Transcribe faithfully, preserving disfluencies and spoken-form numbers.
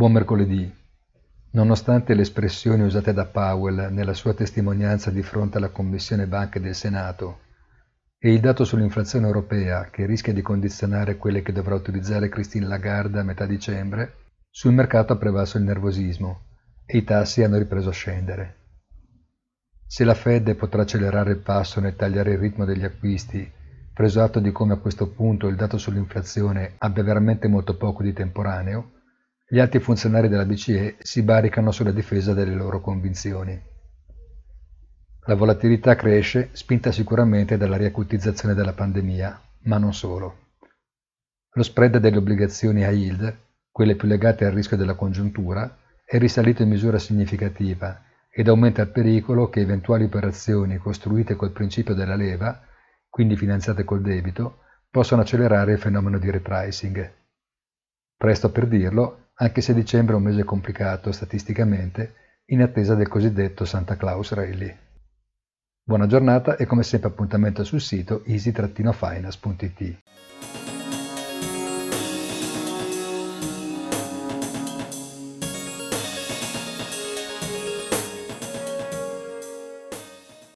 Buon mercoledì. Nonostante le espressioni usate da Powell nella sua testimonianza di fronte alla Commissione Banche del Senato e il dato sull'inflazione europea che rischia di condizionare quelle che dovrà utilizzare Christine Lagarde a metà dicembre, sul mercato ha prevalso il nervosismo e i tassi hanno ripreso a scendere. Se la Fed potrà accelerare il passo nel tagliare il ritmo degli acquisti, preso atto di come a questo punto il dato sull'inflazione abbia veramente molto poco di temporaneo, gli alti funzionari della B C E si barricano sulla difesa delle loro convinzioni. La volatilità cresce, spinta sicuramente dalla riacutizzazione della pandemia, ma non solo. Lo spread delle obbligazioni high yield, quelle più legate al rischio della congiuntura, è risalito in misura significativa ed aumenta il pericolo che eventuali operazioni costruite col principio della leva, quindi finanziate col debito, possano accelerare il fenomeno di repricing. Presto per dirlo, anche se dicembre è un mese complicato statisticamente, in attesa del cosiddetto Santa Claus Rally. Buona giornata e come sempre appuntamento sul sito easy finance punto it.